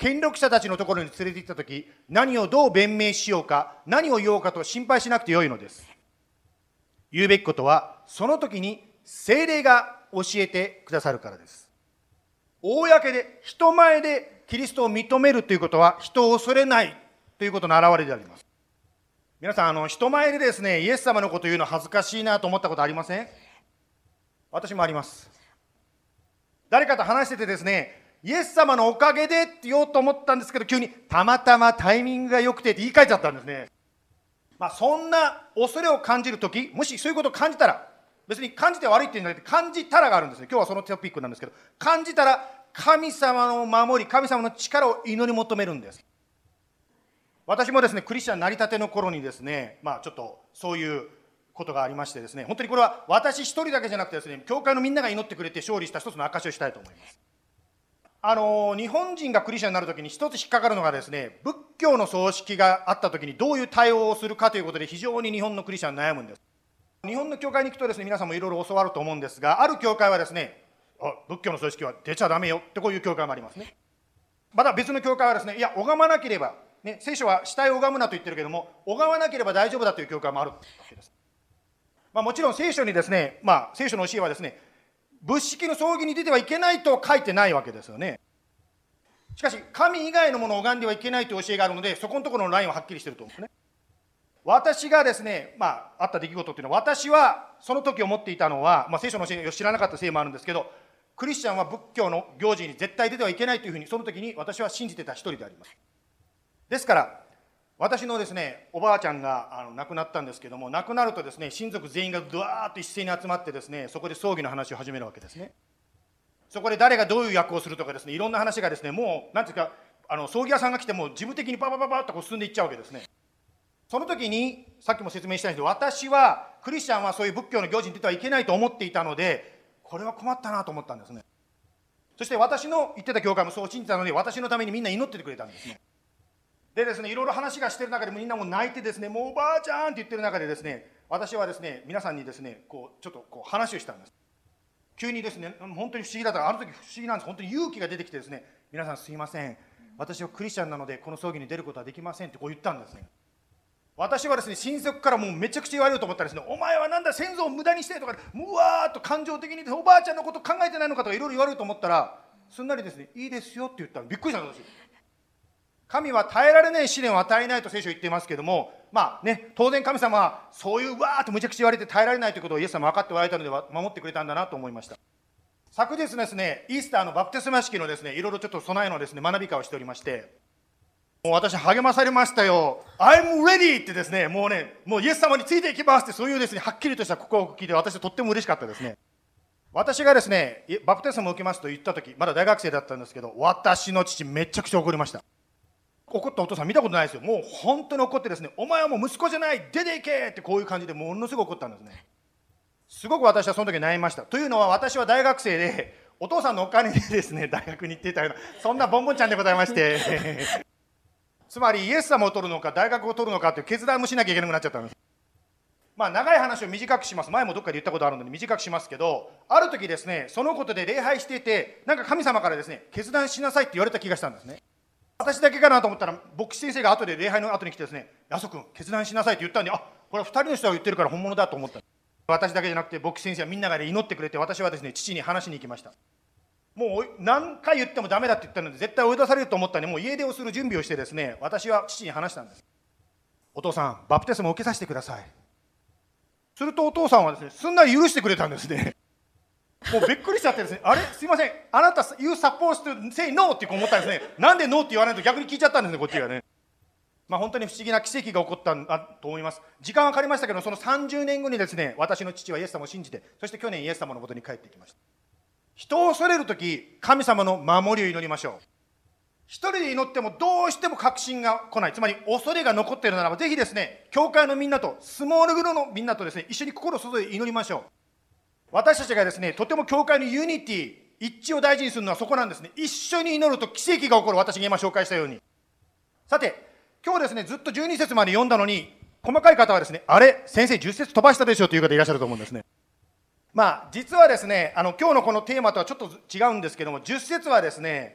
権力者たちのところに連れて行ったとき、何をどう弁明しようか、何を言おうかと心配しなくてよいのです。言うべきことは、その時に聖霊が教えてくださるからです。公で、人前でキリストを認めるということは、人を恐れないということの表れであります。皆さん、あの人前でですね、イエス様のことを言うの恥ずかしいなと思ったことありません？私もあります。誰かと話しててですね、イエス様のおかげでって言おうと思ったんですけど、急にたまたまタイミングが良くてって言い換えちゃったんですね。まあ、そんな恐れを感じるとき、もしそういうことを感じたら、別に感じて悪いっていうんじゃなくて、感じたらがあるんですね。今日はそのトピックなんですけど、感じたら神様の守り、神様の力を祈り求めるんです。私もですね、クリスチャンになりたての頃にですね、まあちょっとそういうことがありましてですね、本当にこれは私一人だけじゃなくてですね、教会のみんなが祈ってくれて勝利した一つの証しをしたいと思います。あの日本人がクリスチャンになるときに一つ引っかかるのがですね、仏教の葬式があったときにどういう対応をするかということで非常に日本のクリスチャン悩むんです。日本の教会に行くとですね、皆さんもいろいろ教わると思うんですが、ある教会はですね、あ仏教の葬式は出ちゃダメよってこういう教会もありますね。また別の教会はですね、いや拝まなければ、ね、聖書は死体を拝むなと言ってるけども、拝まなければ大丈夫だという教会もあるわけです。まあ、もちろん聖書にですね、まあ、聖書の教えはですね、仏式の葬儀に出てはいけないとは書いてないわけですよね。しかし、神以外のものを拝んではいけないという教えがあるので、そこのところのラインははっきりしていると思うんですね。私がですね、まあ、あった出来事っていうのは、私はその時思っていたのは、まあ、聖書の教えを知らなかったせいもあるんですけど、クリスチャンは仏教の行事に絶対出てはいけないというふうに、その時に私は信じてた一人であります。ですから、私のですね、おばあちゃんがあの亡くなったんですけども、亡くなるとですね、親族全員がドワーッと一斉に集まってですね、そこで葬儀の話を始めるわけですね。そこで誰がどういう役をするとかですね、いろんな話がですね、もう、なんていうか、あの葬儀屋さんが来ても、事務的にパパパパッとこう進んでいっちゃうわけですね。その時に、さっきも説明したんですけど、私は、クリスチャンはそういう仏教の行事に出てはいけないと思っていたので、これは困ったなと思ったんですね。そして私の言ってた教会もそう信じたので、私のためにみんな祈っててくれたんですね。でですね、いろいろ話がしてる中でみんなも泣いてですね、もうおばあちゃんって言ってる中でですね、私はですね、皆さんにですね、こうちょっとこう話をしたんです。急にですね、本当に不思議だったら、あの時不思議なんです。本当に勇気が出てきてですね、皆さんすいません、私はクリスチャンなのでこの葬儀に出ることはできませんってこう言ったんですね。私はですね、親族からもうめちゃくちゃ言われると思ったらですね、お前はなんだ先祖を無駄にしてとか、うわーっと感情的におばあちゃんのこと考えてないのかとかいろいろ言われると思ったら、すんなりですね、いいですよって言ったらびっくりしたんですよ。神は耐えられない試練を与えないと聖書言っていますけども、まあね、当然神様はそういうわーっとむちゃくちゃ言われて耐えられないということをイエス様分かっておられたので守ってくれたんだなと思いました。昨日ですね、イースターのバプテスマ式のですね、いろいろちょっと備えのですね、学び会をしておりまして、もう私励まされましたよ。I'm ready ってですね、もうね、もうイエス様についていきますって、そういうですね、はっきりとした告白を聞いて、私はとっても嬉しかったですね。私がですね、バプテスマを受けますと言ったとき、まだ大学生だったんですけど、私の父めちゃくちゃ怒りました。怒ったお父さん見たことないですよ。もう本当に怒ってですね、お前はもう息子じゃない、出ていけってこういう感じでものすごく怒ったんですね。すごく私はその時悩みました。というのは私は大学生で、お父さんのお金でですね、大学に行っていたような、そんなボンボンちゃんでございまして、つまりイエス様を取るのか大学を取るのかという決断もしなきゃいけなくなっちゃったんです。まあ長い話を短くします。前もどっかで言ったことあるので短くしますけど、ある時ですね、そのことで礼拝していて、なんか神様からですね、決断しなさいって言われた気がしたんですね。私だけかなと思ったら、牧師先生が後で礼拝の後に来てですね、ヤソ君決断しなさいって言ったんで、あ、これはふたりの人が言ってるから本物だと思った。私だけじゃなくて牧師先生はみんなが、ね、祈ってくれて、私はですね、父に話しに行きました。もう何回言ってもダメだって言ったので、絶対追い出されると思ったので、もう家出をする準備をしてですね、私は父に話したんです。お父さん、バプテスマを受けさせてください。するとお父さんはですね、すんなり許してくれたんですね。もうびっくりしちゃってですね、あれすいません、あなた You supposed to say no って思ったんですね。なんで No って言わないと逆に聞いちゃったんですね、こっちがね。まあ本当に不思議な奇跡が起こったんだと思います。時間はかかりましたけど、そのさんじゅうねんごにですね、私の父はイエス様を信じて、そして去年イエス様のもとに帰ってきました。人を恐れるとき、神様の守りを祈りましょう。一人で祈ってもどうしても確信が来ない、つまり恐れが残っているならば、ぜひですね、教会のみんなと、スモールグループのみんなとですね、一緒に心を注いで祈りましょう。私たちがですね、とても教会のユニティ、一致を大事にするのはそこなんですね。一緒に祈ると奇跡が起こる、私が今紹介したように。さて、今日ですね、ずっとじゅうに節まで読んだのに、細かい方はですね、あれ、先生じゅっ節飛ばしたでしょという方いらっしゃると思うんですね。まあ、実はですね、あの今日のこのテーマとはちょっと違うんですけども、じゅっ節はですね、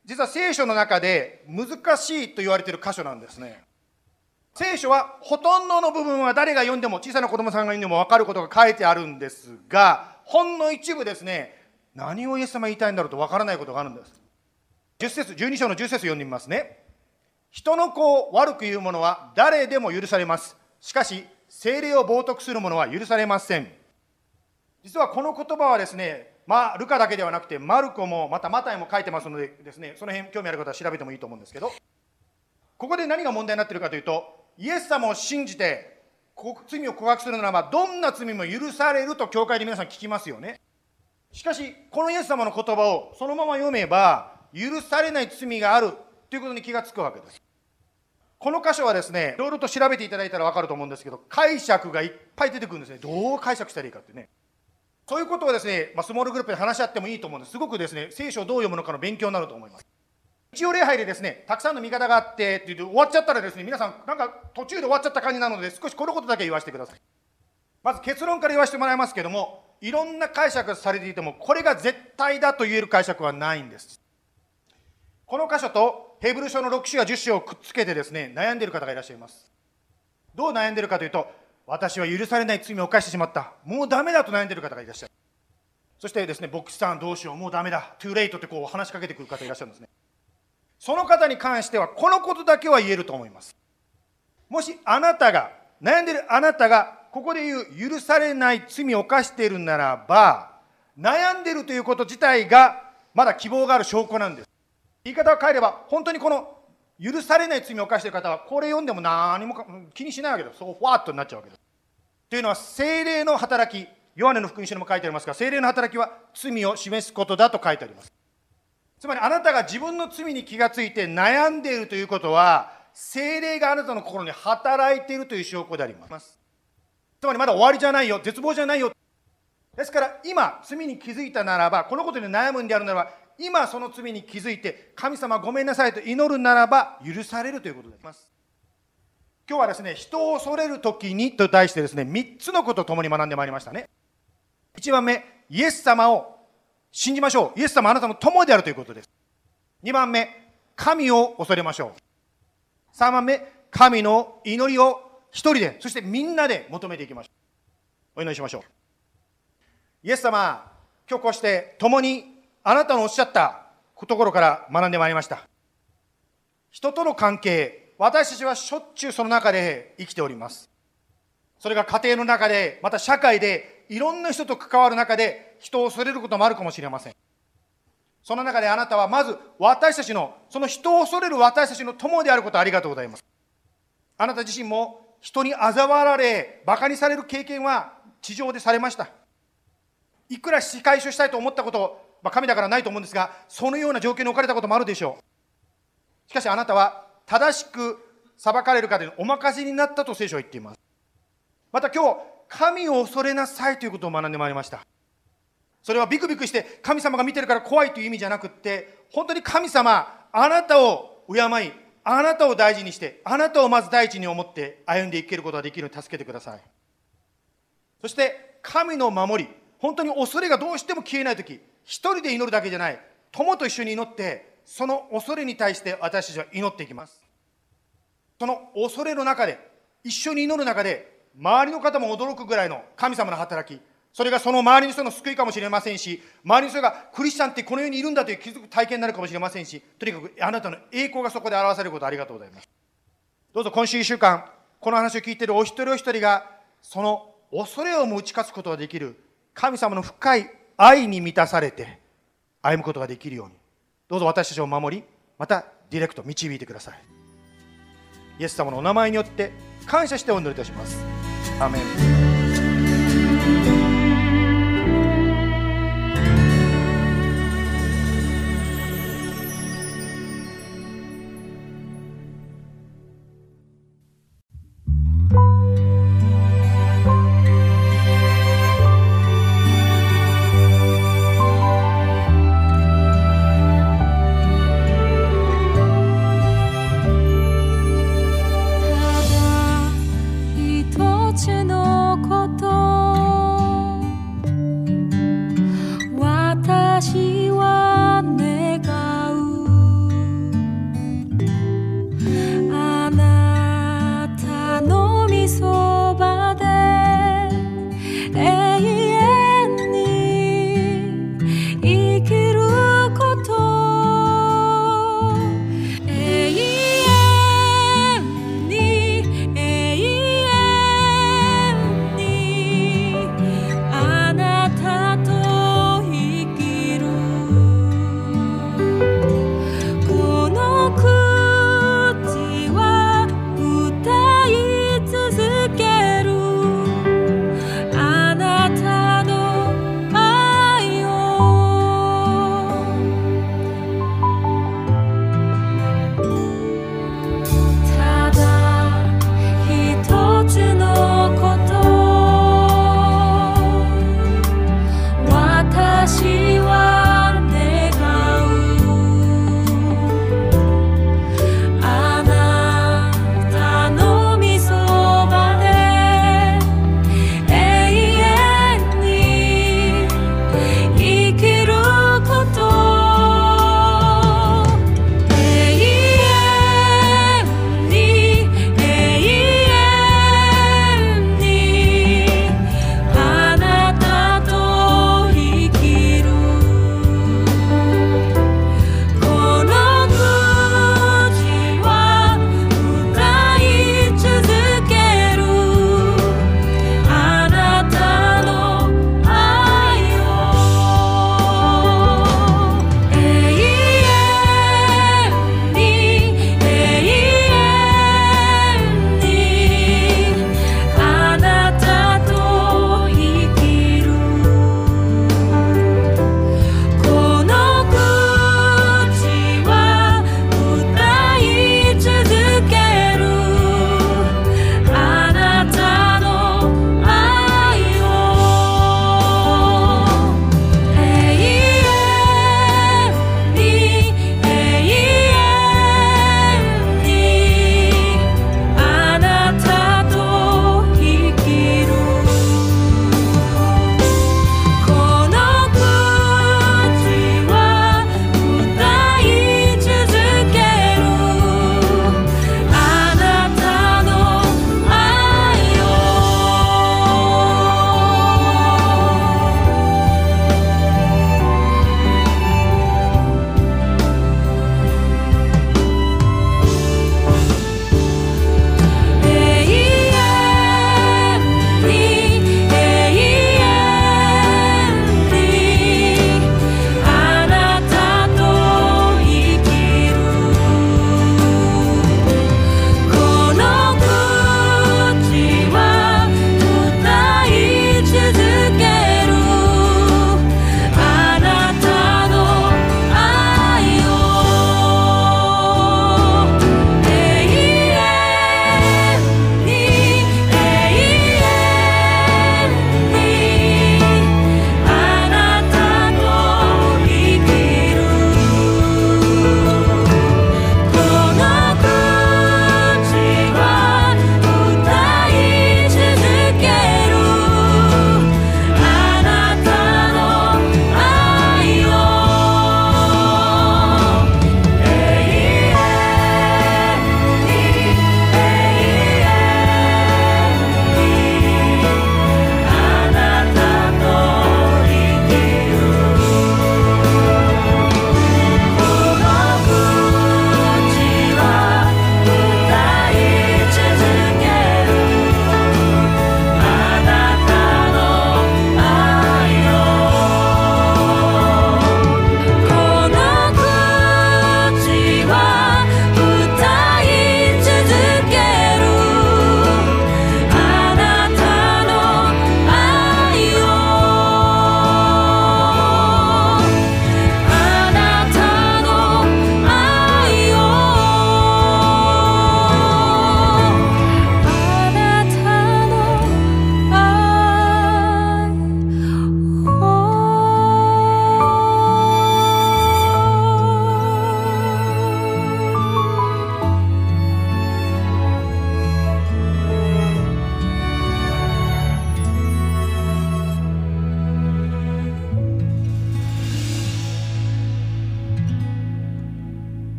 実は聖書の中で難しいと言われている箇所なんですね。聖書はほとんどの部分は誰が読んでも、小さな子供さんが読んでも分かることが書いてあるんですが、ほんの一部ですね、何をイエス様言いたいんだろうと分からないことがあるんです。じゅっ節、じゅうに章のじゅっ節読んでみますね。人の子を悪く言う者は誰でも許されます。しかし、聖霊を冒涜する者は許されません。実はこの言葉はですね、まあ、ルカだけではなくて、マルコもまたマタイも書いてますのでですね、その辺興味ある方は調べてもいいと思うんですけど、ここで何が問題になっているかというと、イエス様を信じて罪を告白するならば、どんな罪も許されると教会で皆さん聞きますよね。しかし、このイエス様の言葉をそのまま読めば、許されない罪があるということに気がつくわけです。この箇所はですね、いろいろと調べていただいたら分かると思うんですけど、解釈がいっぱい出てくるんですね。どう解釈したらいいかってね。そういうことをですね、まあ、スモールグループで話し合ってもいいと思うんです。すごくですね、聖書をどう読むのかの勉強になると思います。一応礼拝でですね、たくさんの見方があってって言って終わっちゃったらですね、皆さんなんか途中で終わっちゃった感じなので、少しこのことだけ言わせてください。まず結論から言わせてもらいますけども、いろんな解釈されていても、これが絶対だと言える解釈はないんです。この箇所とヘブル書のろく章やじゅっ章をくっつけてですね、悩んでいる方がいらっしゃいます。どう悩んでいるかというと、私は許されない罪を犯してしまった、もうダメだと悩んでいる方がいらっしゃる。そしてですね、牧師さんどうしよう、もうダメだ、トゥーレイトってこう話しかけてくる方いらっしゃるんですね。その方に関してはこのことだけは言えると思います。もしあなたが、悩んでいるあなたがここで言う許されない罪を犯しているならば、悩んでいるということ自体がまだ希望がある証拠なんです。言い方を変えれば、本当にこの許されない罪を犯している方はこれ読んでも何も気にしないわけです。そうフワッとなっちゃうわけです。というのは、聖霊の働き、ヨハネの福音書にも書いてありますが、聖霊の働きは罪を示すことだと書いてあります。つまりあなたが自分の罪に気がついて悩んでいるということは、聖霊があなたの心に働いているという証拠であります。つまりまだ終わりじゃないよ、絶望じゃないよ。ですから今罪に気づいたならば、このことで悩むんであるならば、今その罪に気づいて、神様ごめんなさいと祈るならば許されるということであります。今日はですね、人を恐れるときにと題してですね、みっつのことを共に学んでまいりましたね。いちばんめ、イエス様を信じましょう。イエス様はあなたの友であるということです。にばんめ、神を恐れましょう。さんばんめ、神の祈りを一人で、そしてみんなで求めていきましょう。お祈りしましょう。イエス様、今日こうして共にあなたのおっしゃったところから学んでまいりました。人との関係、私たちはしょっちゅうその中で生きております。それが家庭の中で、また社会で、いろんな人と関わる中で人を恐れることもあるかもしれません。その中であなたはまず私たちの、その人を恐れる私たちの友であることをありがとうございます。あなた自身も人に嘲笑われ、馬鹿にされる経験は地上でされました。いくら仕返しをしたいと思ったこと、まあ、神だからないと思うんですが、そのような状況に置かれたこともあるでしょう。しかしあなたは正しく裁かれる方にお任せになったと聖書は言っています。また今日、神を恐れなさいということを学んでまいりました。それはビクビクして神様が見てるから怖いという意味じゃなくって、本当に神様、あなたを敬い、あなたを大事にして、あなたをまず第一に思って歩んでいけることができるように助けてください。そして神の守り、本当に恐れがどうしても消えないとき、一人で祈るだけじゃない、友と一緒に祈って、その恐れに対して私たちは祈っていきます。その恐れの中で、一緒に祈る中で、周りの方も驚くぐらいの神様の働き、それがその周りの人の救いかもしれませんし、周りの人がクリスチャンってこの世にいるんだという気づく体験になるかもしれませんし、とにかくあなたの栄光がそこで表されることをありがとうございます。どうぞ今週いっしゅうかん、この話を聞いているお一人お一人が、その恐れをも打ち勝つことができる神様の深い愛に満たされて歩むことができるように、どうぞ私たちを守り、またディレクト導いてください。イエス様のお名前によって感謝してお祈りいたします。アーメン。 命のあなた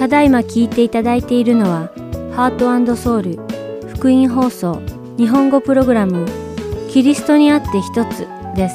ただいま聞いていただいているのはハート&ソウル福音放送日本語プログラムキリストにあって一つです。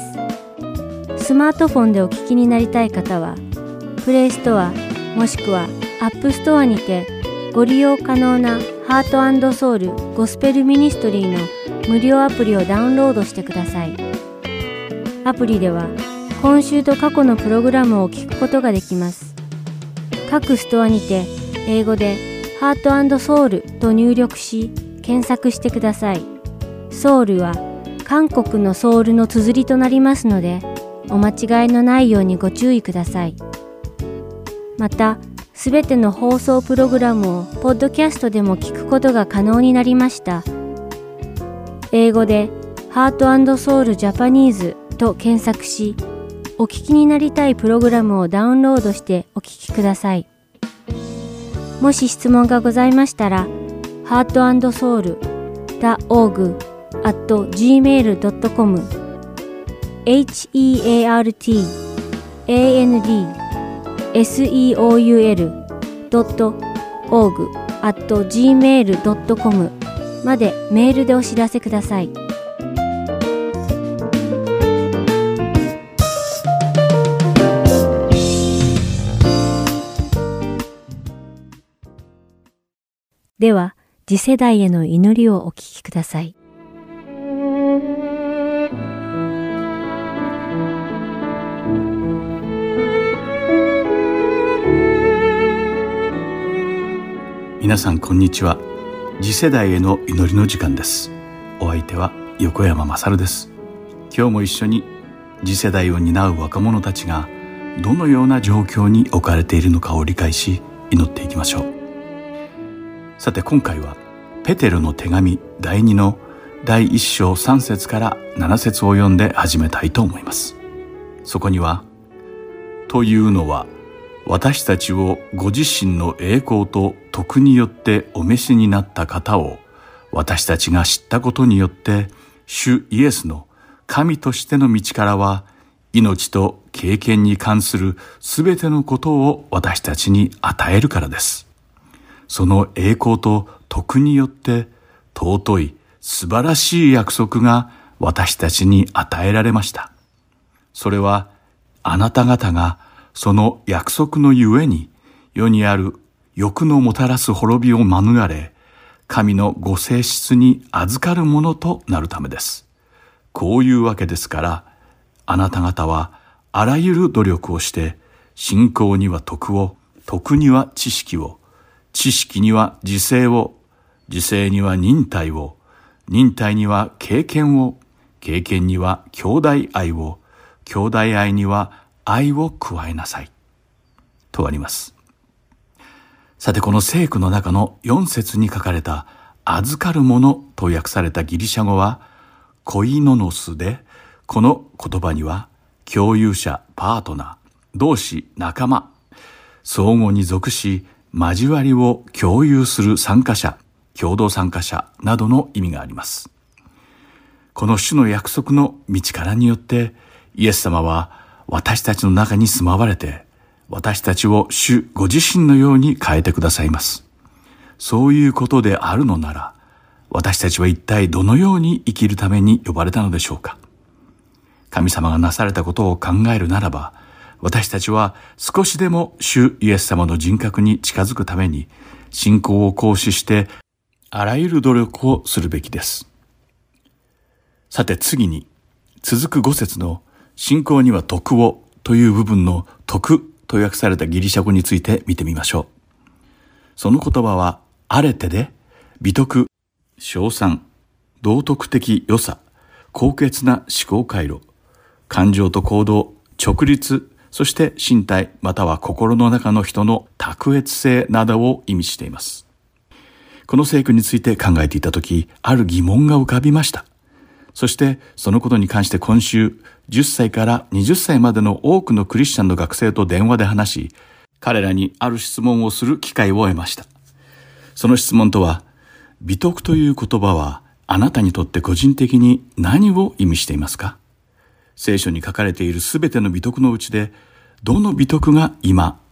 スマートフォンでお聞きになりたい方はプレイストアもしくはアップストアにてご利用可能なハート&ソウルゴスペルミニストリーの無料アプリをダウンロードしてください。アプリでは今週と過去のプログラムを聞くことができます。各ストアにて英語でハート&ソウルと入力し検索してください。ソウルは韓国のソウルの綴りとなりますのでお間違いのないようにご注意ください。また、すべての放送プログラムをポッドキャストでも聞くことが可能になりました。英語でハート&ソウルジャパニーズと検索し、お聞きになりたいプログラムをダウンロードしてお聞きください。もし質問がございましたら、ハート&ソウル ダットオーグ アット ジーメール ドットコム ヘアート アンド ソウル ドット オーグ アット ジーメール ドットコム までメールでお知らせください。では、次世代への祈りをお聞きください。 皆さんこんにちは。次世代への祈りの時間です。お相手は横山まさるです。今日も一緒に次世代を担う若者たちがどのような状況に置かれているのかを理解し祈っていきましょう。さて今回はペテロの手紙だいにのだいいっ章さん節からなな節を読んで始めたいと思います。そこには、というのは私たちをご自身の栄光と徳によってお召しになった方を私たちが知ったことによって、主イエスの神としての道からは命と経験に関するすべてのことを私たちに与えるからです。その栄光と徳によって尊い素晴らしい約束が私たちに与えられました。それはあなた方がその約束のゆえに世にある欲のもたらす滅びを免れ、神のご性質に預かるものとなるためです。こういうわけですから、あなた方はあらゆる努力をして、信仰には徳を、徳には知識を、知識には自制を、自制には忍耐を、忍耐には経験を、経験には兄弟愛を、兄弟愛には愛を加えなさい。とあります。さてこの聖句の中のよん節に書かれた預かるものと訳されたギリシャ語はコイノノスで、この言葉には共有者、パートナー、同志、仲間、相互に属し交わりを共有する参加者、共同参加者などの意味があります。この主の約束の道からによってイエス様は私たちの中に住まわれて、私たちを主ご自身のように変えてくださいます。そういうことであるのなら、私たちは一体どのように生きるために呼ばれたのでしょうか。神様がなされたことを考えるならば、私たちは少しでも主イエス様の人格に近づくために、信仰を行使してあらゆる努力をするべきです。さて次に、続くご節の信仰には徳をという部分の徳と訳されたギリシャ語について見てみましょう。その言葉はアレテで美徳、称賛、道徳的良さ、高潔な思考回路、感情と行動、直立、そして身体または心の中の人の卓越性などを意味しています。この聖句について考えていたとき、ある疑問が浮かびました。そしてそのことに関して今週じゅっさいからはたちまでの多くのクリスチャンの学生と電話で話し、彼らにある質問をする機会を得ました。その質問とは、美徳という言葉はあなたにとって個人的に何を意味していますか？聖書に書かれているすべての美徳のうちで、どの美徳が今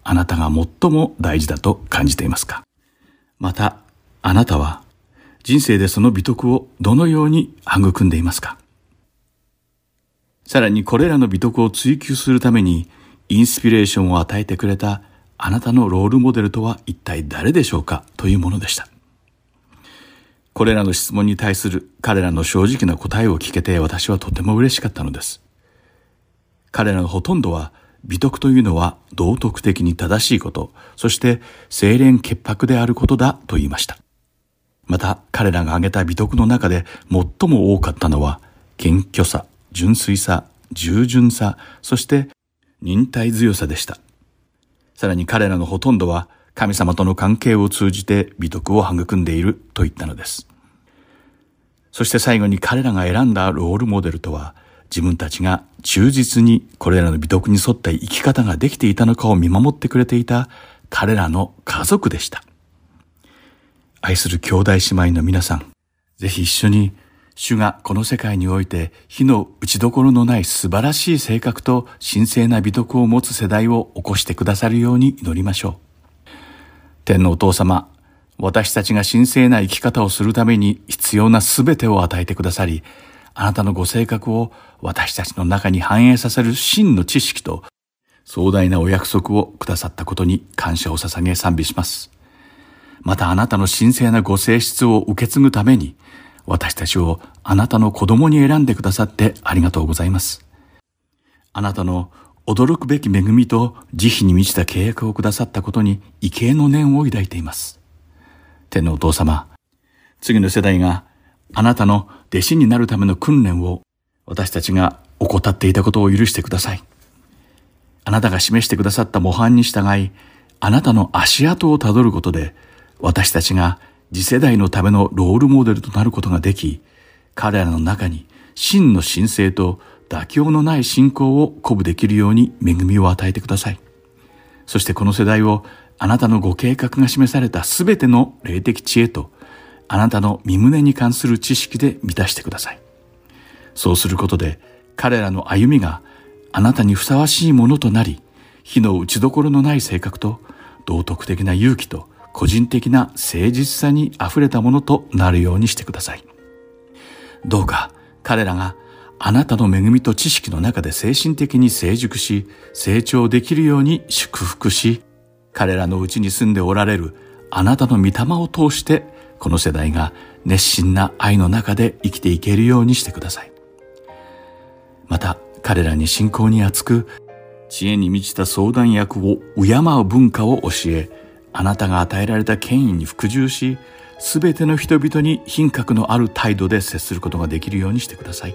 あなたが最も大事だと感じていますか？また、あなたは人生でその美徳をどのように育んでいますか？さらにこれらの美徳を追求するためにインスピレーションを与えてくれたあなたのロールモデルとは一体誰でしょうかというものでした。これらの質問に対する彼らの正直な答えを聞けて私はとても嬉しかったのです。彼らのほとんどは美徳というのは道徳的に正しいこと、そして清廉潔白であることだと言いました。また彼らが挙げた美徳の中で最も多かったのは謙虚さ、純粋さ、従順さ、そして忍耐強さでした。さらに彼らのほとんどは神様との関係を通じて美徳を育んでいると言ったのです。そして最後に彼らが選んだロールモデルとは、自分たちが忠実にこれらの美徳に沿った生き方ができていたのかを見守ってくれていた彼らの家族でした。愛する兄弟姉妹の皆さん、ぜひ一緒に主がこの世界において火の打ちどころのない素晴らしい性格と神聖な美徳を持つ世代を起こしてくださるように祈りましょう。天のお父様、私たちが神聖な生き方をするために必要なすべてを与えてくださり、あなたのご性格を私たちの中に反映させる真の知識と壮大なお約束をくださったことに感謝を捧げ賛美します。またあなたの神聖なご性質を受け継ぐために、私たちをあなたの子供に選んでくださってありがとうございます。あなたの驚くべき恵みと慈悲に満ちた契約をくださったことに畏敬の念を抱いています。天のお父様、次の世代があなたの弟子になるための訓練を私たちが怠っていたことを許してください。あなたが示してくださった模範に従い、あなたの足跡をたどることで、私たちが次世代のためのロールモデルとなることができ、彼らの中に真の神聖と妥協のない信仰を鼓舞できるように恵みを与えてください。そしてこの世代をあなたのご計画が示されたすべての霊的知恵とあなたの身旨に関する知識で満たしてください。そうすることで彼らの歩みがあなたにふさわしいものとなり、火の打ちどころのない性格と道徳的な勇気と個人的な誠実さにあふれたものとなるようにしてください。どうか彼らがあなたの恵みと知識の中で精神的に成熟し、成長できるように祝福し、彼らのうちに住んでおられるあなたの御霊を通して、この世代が熱心な愛の中で生きていけるようにしてください。また彼らに信仰にあつく、知恵に満ちた相談役を敬う文化を教え、あなたが与えられた権威に服従し、すべての人々に品格のある態度で接することができるようにしてください。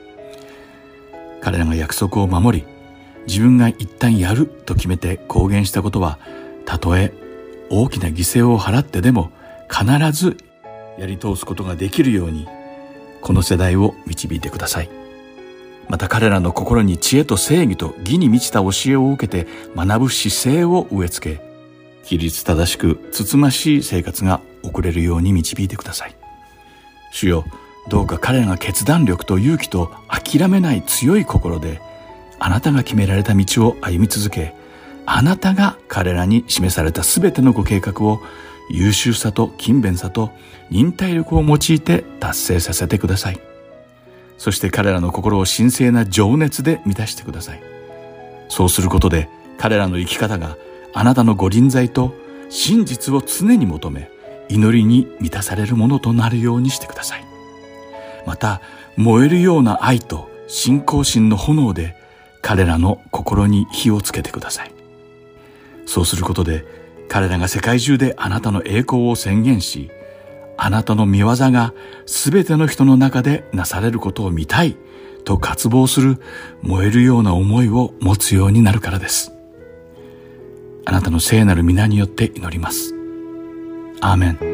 彼らが約束を守り、自分が一旦やると決めて公言したことは、たとえ大きな犠牲を払ってでも必ずやり通すことができるように、この世代を導いてください。また彼らの心に知恵と正義と義に満ちた教えを受けて学ぶ姿勢を植え付け、規律正しくつつましい生活が送れるように導いてください。主よ、どうか彼らが決断力と勇気と諦めない強い心で、あなたが決められた道を歩み続け、あなたが彼らに示されたすべてのご計画を優秀さと勤勉さと忍耐力を用いて達成させてください。そして彼らの心を神聖な情熱で満たしてください。そうすることで彼らの生き方があなたのご臨在と真実を常に求め、祈りに満たされるものとなるようにしてください。また燃えるような愛と信仰心の炎で彼らの心に火をつけてください。そうすることで彼らが世界中であなたの栄光を宣言し、あなたの御業がすべての人の中でなされることを見たいと渇望する燃えるような思いを持つようになるからです。あなたの聖なる皆によって祈ります。アーメン。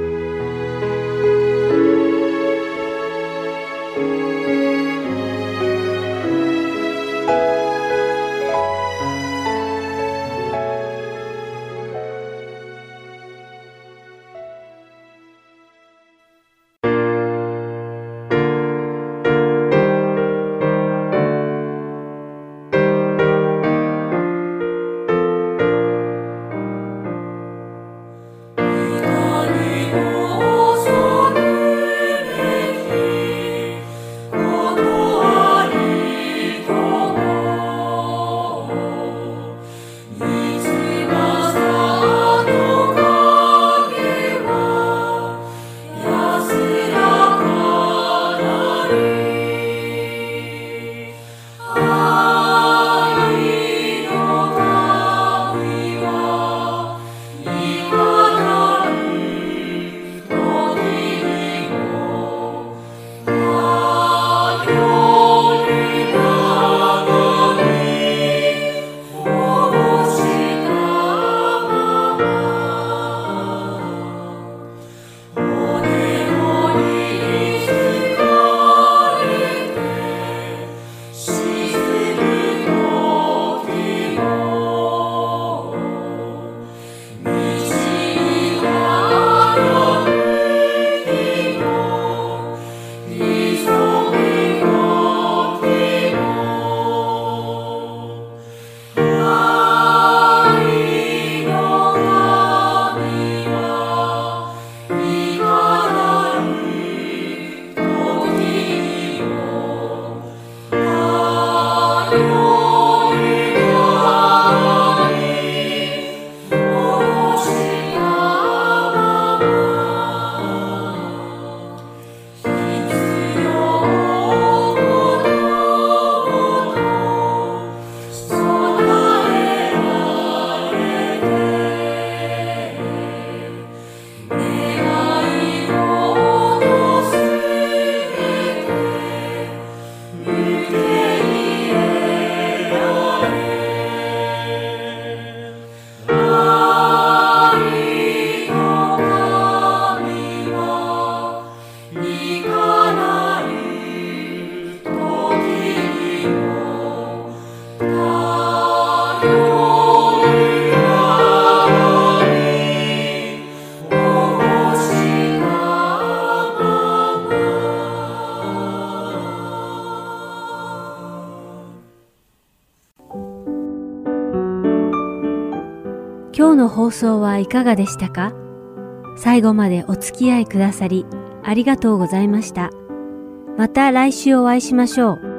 送はいかがでしたか？最後までお付き合いくださりありがとうございました。また来週お会いしましょう。